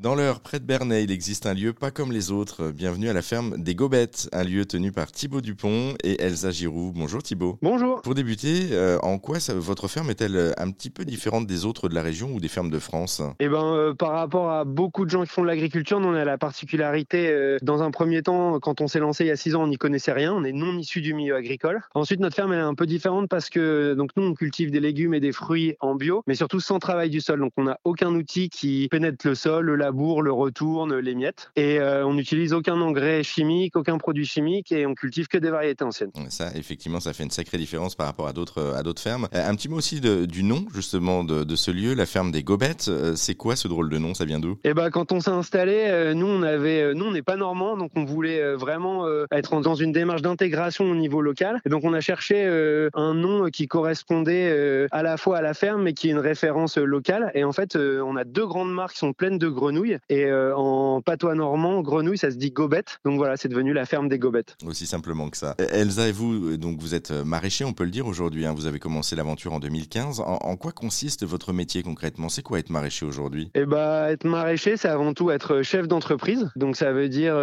Dans l'Eure, près de Bernay, il existe un lieu pas comme les autres. Bienvenue à la ferme des Gobettes, un lieu tenu par Thibaut Dupont et Elsa Giroux. Bonjour Thibaut. Bonjour. Pour débuter, en quoi votre ferme est-elle un petit peu différente des autres de la région ou des fermes de France ? Par rapport à beaucoup de gens qui font de l'agriculture, nous on a la particularité, dans un premier temps, quand on s'est lancé il y a 6 ans, on n'y connaissait rien, on est non issu du milieu agricole. Ensuite, notre ferme elle est un peu différente parce que donc nous on cultive des légumes et des fruits en bio, mais surtout sans travail du sol. Donc on n'a aucun outil qui pénètre le sol, le laboure, le retourne, les miettes. Et on n'utilise aucun engrais chimique, aucun produit chimique et on cultive que des variétés anciennes. Ça, effectivement, ça fait une sacrée différence par rapport à d'autres fermes. Un petit mot aussi du nom, justement, de ce lieu, la ferme des Gobettes. C'est quoi ce drôle de nom ? Ça vient d'où ? Quand on s'est installé, nous on n'est pas normand, donc on voulait vraiment être dans une démarche d'intégration au niveau local. Et donc on a cherché un nom qui correspondait à la fois à la ferme, mais qui est une référence locale. Et en fait, on a 2 grandes marques qui sont pleines de grenouilles. Et en patois normand, grenouille, ça se dit gobette. Donc voilà, c'est devenu la ferme des Gobettes. Aussi simplement que ça. Elsa et vous, donc vous êtes maraîcher, on peut le dire aujourd'hui. Vous avez commencé l'aventure en 2015. En quoi consiste votre métier concrètement ? C'est quoi être maraîcher aujourd'hui ? Être maraîcher, c'est avant tout être chef d'entreprise. Donc ça veut dire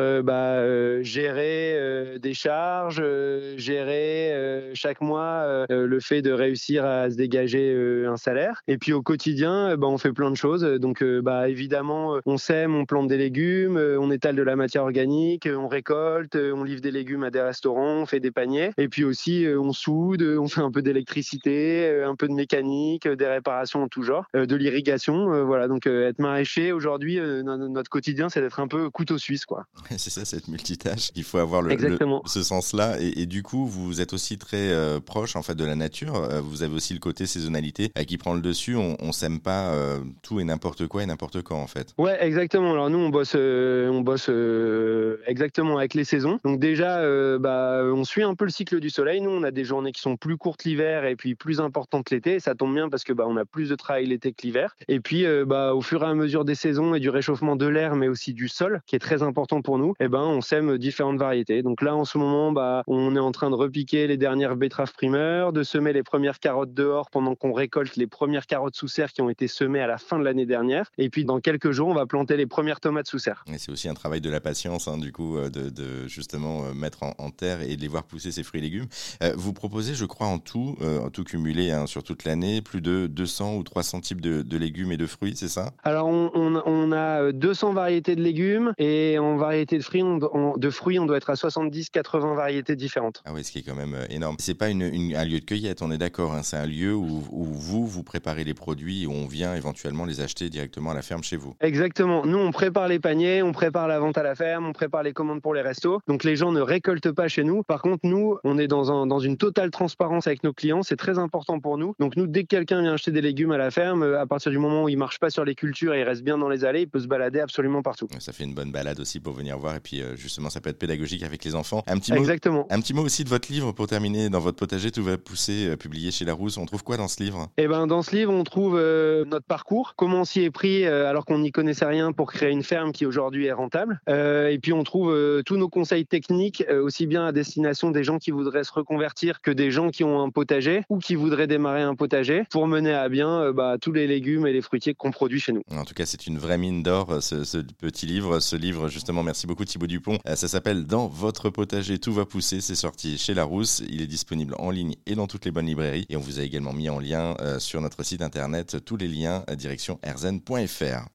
gérer des charges, gérer chaque mois le fait de réussir à se dégager un salaire. Et puis au quotidien, on fait plein de choses. Donc évidemment, on sème, on plante des légumes, on étale de la matière organique, on récolte, on livre des légumes à des restaurants, on fait des paniers. Et puis aussi, on soude, on fait un peu d'électricité, un peu de mécanique, des réparations en tout genre, de l'irrigation. Voilà, donc être maraîcher aujourd'hui, notre quotidien, c'est d'être un peu couteau suisse, quoi. C'est ça, cette multitâche. Il faut avoir ce sens-là. Et du coup, vous êtes aussi très proche en fait de la nature. Vous avez aussi le côté saisonnalité qui prend le dessus. On sème pas tout et n'importe quoi et n'importe quand en fait. Ouais, exactement. Alors nous, on bosse exactement avec les saisons. Donc déjà, on suit un peu le cycle du soleil. Nous, on a des journées qui sont plus courtes l'hiver et puis plus importantes l'été. Et ça tombe bien parce que on a plus de travail l'été que l'hiver. Et puis, au fur et à mesure des saisons et du réchauffement de l'air, mais aussi du sol, qui est très important pour nous, on sème différentes variétés. Donc là, en ce moment, on est en train de repiquer les dernières betteraves primeurs, de semer les premières carottes dehors pendant qu'on récolte les premières carottes sous serre qui ont été semées à la fin de l'année dernière. Et puis, dans quelques jours, on va planter les premières tomates sous serre. Et c'est aussi un travail de la patience, du coup, de justement mettre en terre et de les voir pousser ces fruits et légumes. Vous proposez, je crois, en tout cumulé sur toute l'année, plus de 200 ou 300 types de légumes et de fruits, c'est ça ? Alors, on a 200 variétés de légumes et en variété de fruits, on doit être à 70-80 variétés différentes. Ah oui, ce qui est quand même énorme. C'est pas un lieu de cueillette, on est d'accord. C'est un lieu où vous préparez les produits et où on vient éventuellement les acheter directement à la ferme chez vous. Exactement. Nous, on prépare les paniers, on prépare la vente à la ferme, on prépare les commandes pour les restos. Donc, les gens ne récoltent pas chez nous. Par contre, nous, on est dans une totale transparence avec nos clients. C'est très important pour nous. Donc, nous, dès que quelqu'un vient acheter des légumes à la ferme, à partir du moment où il marche pas sur les cultures et il reste bien dans les allées, il peut se balader absolument partout. Ça fait une bonne balade aussi pour venir voir. Et puis, justement, ça peut être pédagogique avec les enfants. Exactement. Un petit mot aussi de votre livre pour terminer. Dans votre potager, tout va pousser, publié chez Larousse. On trouve quoi dans ce livre ? Dans ce livre, on trouve notre parcours, comment on s'y est pris alors qu'on n'y connaissait rien pour créer une ferme qui aujourd'hui est rentable. Et puis on trouve tous nos conseils techniques, aussi bien à destination des gens qui voudraient se reconvertir que des gens qui ont un potager ou qui voudraient démarrer un potager pour mener à bien tous les légumes et les fruitiers qu'on produit chez nous. En tout cas, c'est une vraie mine d'or, ce petit livre. Ce livre, justement, merci beaucoup Thibaut Dupont. Ça s'appelle « Dans votre potager, tout va pousser ». C'est sorti chez Larousse. Il est disponible en ligne et dans toutes les bonnes librairies. Et on vous a également mis en lien sur notre site internet tous les liens direction erzen.fr.